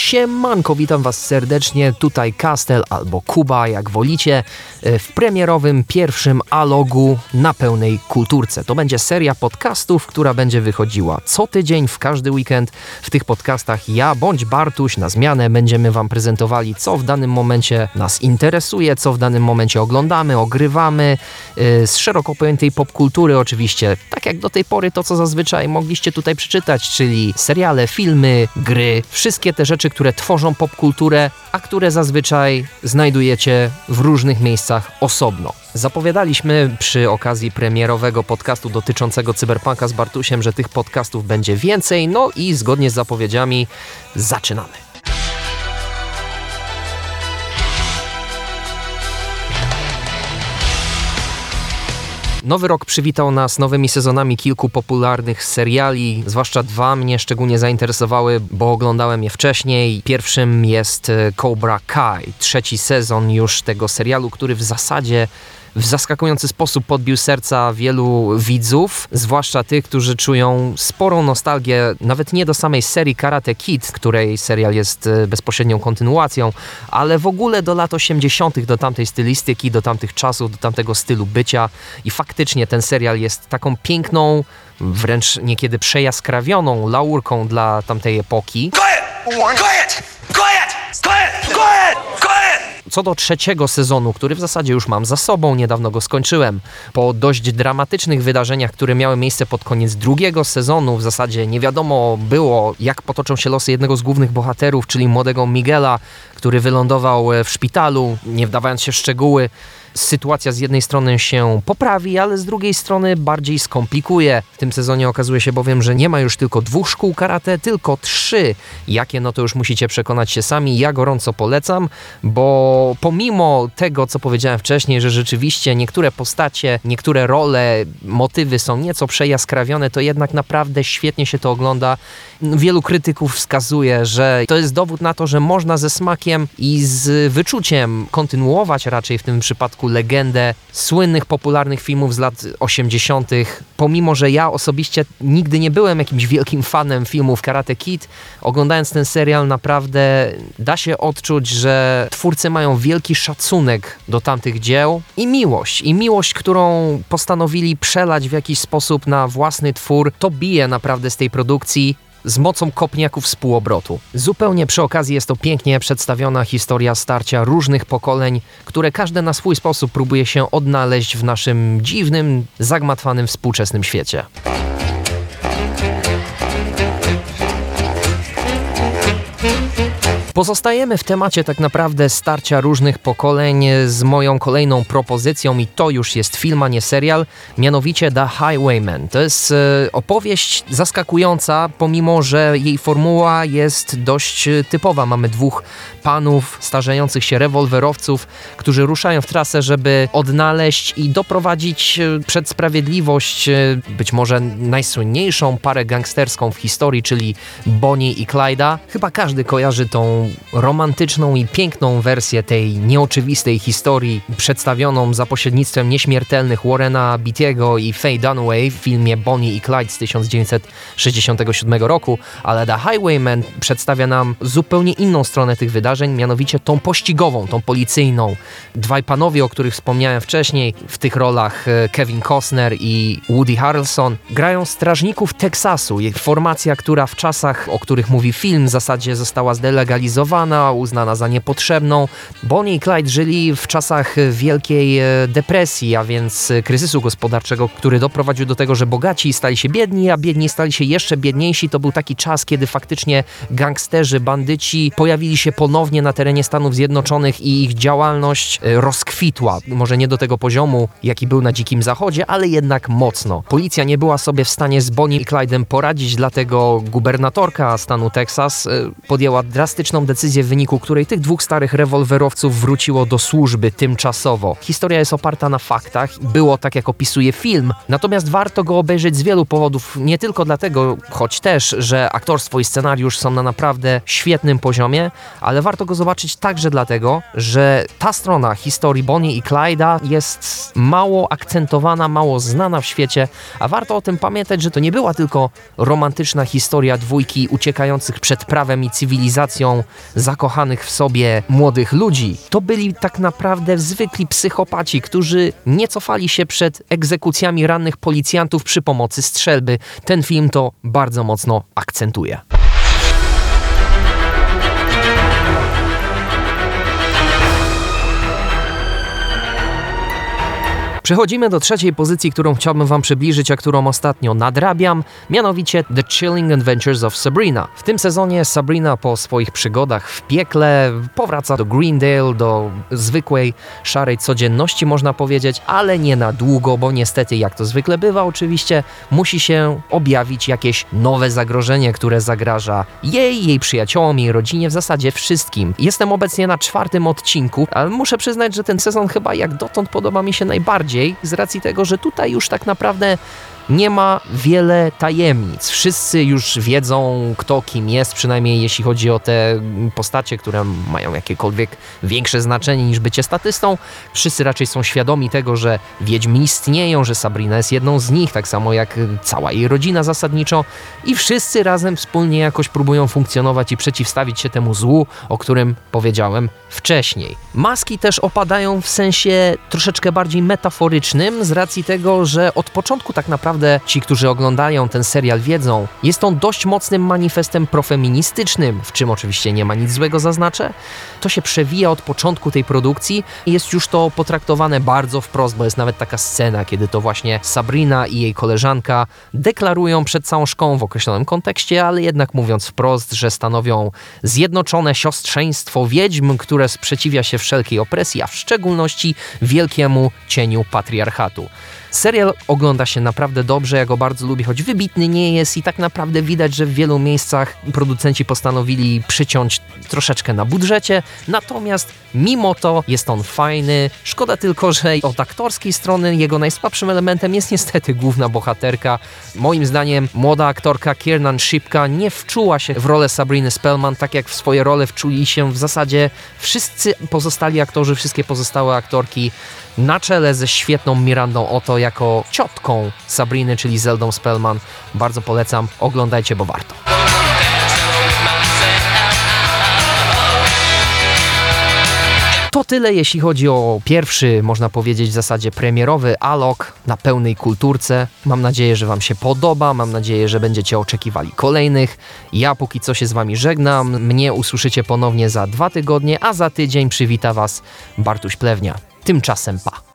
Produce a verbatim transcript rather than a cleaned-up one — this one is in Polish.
Siemanko, witam was serdecznie, tutaj Kastel albo Kuba, jak wolicie, w premierowym pierwszym Alogu na pełnej kulturce. To będzie seria podcastów, która będzie wychodziła co tydzień, w każdy weekend. W tych podcastach ja bądź Bartuś na zmianę będziemy wam prezentowali, co w danym momencie nas interesuje, co w danym momencie oglądamy, ogrywamy, z szeroko pojętej popkultury oczywiście, tak jak do tej pory to, co zazwyczaj mogliście tutaj przeczytać, czyli seriale, filmy, gry, wszystkie te rzeczy, które tworzą popkulturę, a które zazwyczaj znajdujecie w różnych miejscach osobno. Zapowiadaliśmy przy okazji premierowego podcastu dotyczącego Cyberpunka z Bartusiem, że tych podcastów będzie więcej, no i zgodnie z zapowiedziami zaczynamy. Nowy rok przywitał nas nowymi sezonami kilku popularnych seriali, zwłaszcza dwa mnie szczególnie zainteresowały, bo oglądałem je wcześniej. Pierwszym jest Cobra Kai, trzeci sezon już tego serialu, który w zasadzie w zaskakujący sposób podbił serca wielu widzów, zwłaszcza tych, którzy czują sporą nostalgię, nawet nie do samej serii Karate Kid, której serial jest bezpośrednią kontynuacją, ale w ogóle do lat osiemdziesiątych, do tamtej stylistyki, do tamtych czasów, do tamtego stylu bycia i faktycznie ten serial jest taką piękną, wręcz niekiedy przejaskrawioną laurką dla tamtej epoki. Quiet! Quiet! Quiet! Quiet! Quiet! Co do trzeciego sezonu, który w zasadzie już mam za sobą, niedawno go skończyłem, po dość dramatycznych wydarzeniach, które miały miejsce pod koniec drugiego sezonu, w zasadzie nie wiadomo było, jak potoczą się losy jednego z głównych bohaterów, czyli młodego Miguela, który wylądował w szpitalu, nie wdawając się w szczegóły. Sytuacja z jednej strony się poprawi, ale z drugiej strony bardziej skomplikuje. W tym sezonie okazuje się bowiem, że nie ma już tylko dwóch szkół karate, tylko trzy. Jakie? No to już musicie przekonać się sami. Ja gorąco polecam, bo pomimo tego, co powiedziałem wcześniej, że rzeczywiście niektóre postacie, niektóre role, motywy są nieco przejaskrawione, to jednak naprawdę świetnie się to ogląda. Wielu krytyków wskazuje, że to jest dowód na to, że można ze smakiem i z wyczuciem kontynuować raczej w tym przypadku legendę słynnych, popularnych filmów z lat osiemdziesiątych. Pomimo, że ja osobiście nigdy nie byłem jakimś wielkim fanem filmów Karate Kid, oglądając ten serial naprawdę da się odczuć, że twórcy mają wielki szacunek do tamtych dzieł i miłość. I miłość, którą postanowili przelać w jakiś sposób na własny twór, to bije naprawdę z tej produkcji z mocą kopniaków z półobrotu. Zupełnie przy okazji jest to pięknie przedstawiona historia starcia różnych pokoleń, które każde na swój sposób próbuje się odnaleźć w naszym dziwnym, zagmatwanym współczesnym świecie. Pozostajemy w temacie tak naprawdę starcia różnych pokoleń z moją kolejną propozycją i to już jest film, a nie serial, mianowicie The Highwaymen. To jest e, opowieść zaskakująca, pomimo że jej formuła jest dość typowa. Mamy dwóch panów, starzejących się rewolwerowców, którzy ruszają w trasę, żeby odnaleźć i doprowadzić przed sprawiedliwość e, być może najsłynniejszą parę gangsterską w historii, czyli Bonnie i Clyda. Chyba każdy kojarzy tą romantyczną i piękną wersję tej nieoczywistej historii przedstawioną za pośrednictwem nieśmiertelnych Warrena Beatty'ego i Faye Dunaway w filmie Bonnie i Clyde z tysiąc dziewięćset sześćdziesiątego siódmego roku, ale The Highwaymen przedstawia nam zupełnie inną stronę tych wydarzeń, mianowicie tą pościgową, tą policyjną. Dwaj panowie, o których wspomniałem wcześniej, w tych rolach Kevin Costner i Woody Harrelson, grają strażników Teksasu. Formacja, która w czasach, o których mówi film, w zasadzie została zdelegalizowana, uznana za niepotrzebną. Bonnie i Clyde żyli w czasach wielkiej depresji, a więc kryzysu gospodarczego, który doprowadził do tego, że bogaci stali się biedni, a biedni stali się jeszcze biedniejsi. To był taki czas, kiedy faktycznie gangsterzy, bandyci pojawili się ponownie na terenie Stanów Zjednoczonych i ich działalność rozkwitła. Może nie do tego poziomu, jaki był na Dzikim Zachodzie, ale jednak mocno. Policja nie była sobie w stanie z Bonnie i Clyde'em poradzić, dlatego gubernatorka stanu Teksas podjęła drastyczną decyzję, w wyniku której tych dwóch starych rewolwerowców wróciło do służby tymczasowo. Historia jest oparta na faktach, było tak jak opisuje film, natomiast warto go obejrzeć z wielu powodów, nie tylko dlatego, choć też, że aktorstwo i scenariusz są na naprawdę świetnym poziomie, ale warto go zobaczyć także dlatego, że ta strona historii Bonnie i Clyda jest mało akcentowana, mało znana w świecie, a warto o tym pamiętać, że to nie była tylko romantyczna historia dwójki uciekających przed prawem i cywilizacją zakochanych w sobie młodych ludzi. To byli tak naprawdę zwykli psychopaci, którzy nie cofali się przed egzekucjami rannych policjantów przy pomocy strzelby. Ten film to bardzo mocno akcentuje. Przechodzimy do trzeciej pozycji, którą chciałbym wam przybliżyć, a którą ostatnio nadrabiam, mianowicie The Chilling Adventures of Sabrina. W tym sezonie Sabrina po swoich przygodach w piekle powraca do Greendale, do zwykłej, szarej codzienności, można powiedzieć, ale nie na długo, bo niestety, jak to zwykle bywa oczywiście, musi się objawić jakieś nowe zagrożenie, które zagraża jej, jej przyjaciołom, jej rodzinie, w zasadzie wszystkim. Jestem obecnie na czwartym odcinku, ale muszę przyznać, że ten sezon chyba jak dotąd podoba mi się najbardziej, z racji tego, że tutaj już tak naprawdę nie ma wiele tajemnic. Wszyscy już wiedzą, kto kim jest, przynajmniej jeśli chodzi o te postacie, które mają jakiekolwiek większe znaczenie niż bycie statystą. Wszyscy raczej są świadomi tego, że wiedźmy istnieją, że Sabrina jest jedną z nich, tak samo jak cała jej rodzina zasadniczo, i wszyscy razem wspólnie jakoś próbują funkcjonować i przeciwstawić się temu złu, o którym powiedziałem wcześniej. Maski też opadają w sensie troszeczkę bardziej metaforycznym, z racji tego, że od początku tak naprawdę ci, którzy oglądają ten serial, wiedzą, jest on dość mocnym manifestem profeministycznym, w czym oczywiście nie ma nic złego, zaznaczę. To się przewija od początku tej produkcji i jest już to potraktowane bardzo wprost, bo jest nawet taka scena, kiedy to właśnie Sabrina i jej koleżanka deklarują przed całą szkołą w określonym kontekście, ale jednak mówiąc wprost, że stanowią zjednoczone siostrzeństwo wiedźm, które sprzeciwia się wszelkiej opresji, a w szczególności wielkiemu cieniu patriarchatu. Serial ogląda się naprawdę dobrze, ja go bardzo lubię, choć wybitny nie jest i tak naprawdę widać, że w wielu miejscach producenci postanowili przyciąć troszeczkę na budżecie, natomiast mimo to jest on fajny. Szkoda tylko, że od aktorskiej strony jego najsłabszym elementem jest niestety główna bohaterka. Moim zdaniem młoda aktorka Kiernan Shipka nie wczuła się w rolę Sabriny Spellman, tak jak w swoje role wczuli się w zasadzie wszyscy pozostali aktorzy, wszystkie pozostałe aktorki, na czele ze świetną Mirandą Otto jako ciotką Sabriny, czyli Zeldą Spellman. Bardzo polecam, oglądajcie, bo warto. To tyle, jeśli chodzi o pierwszy, można powiedzieć w zasadzie premierowy Alok na pełnej kulturce. Mam nadzieję, że wam się podoba, mam nadzieję, że będziecie oczekiwali kolejnych. Ja póki co się z wami żegnam, mnie usłyszycie ponownie za dwa tygodnie, a za tydzień przywita was Bartuś Plewnia. Tymczasem pa!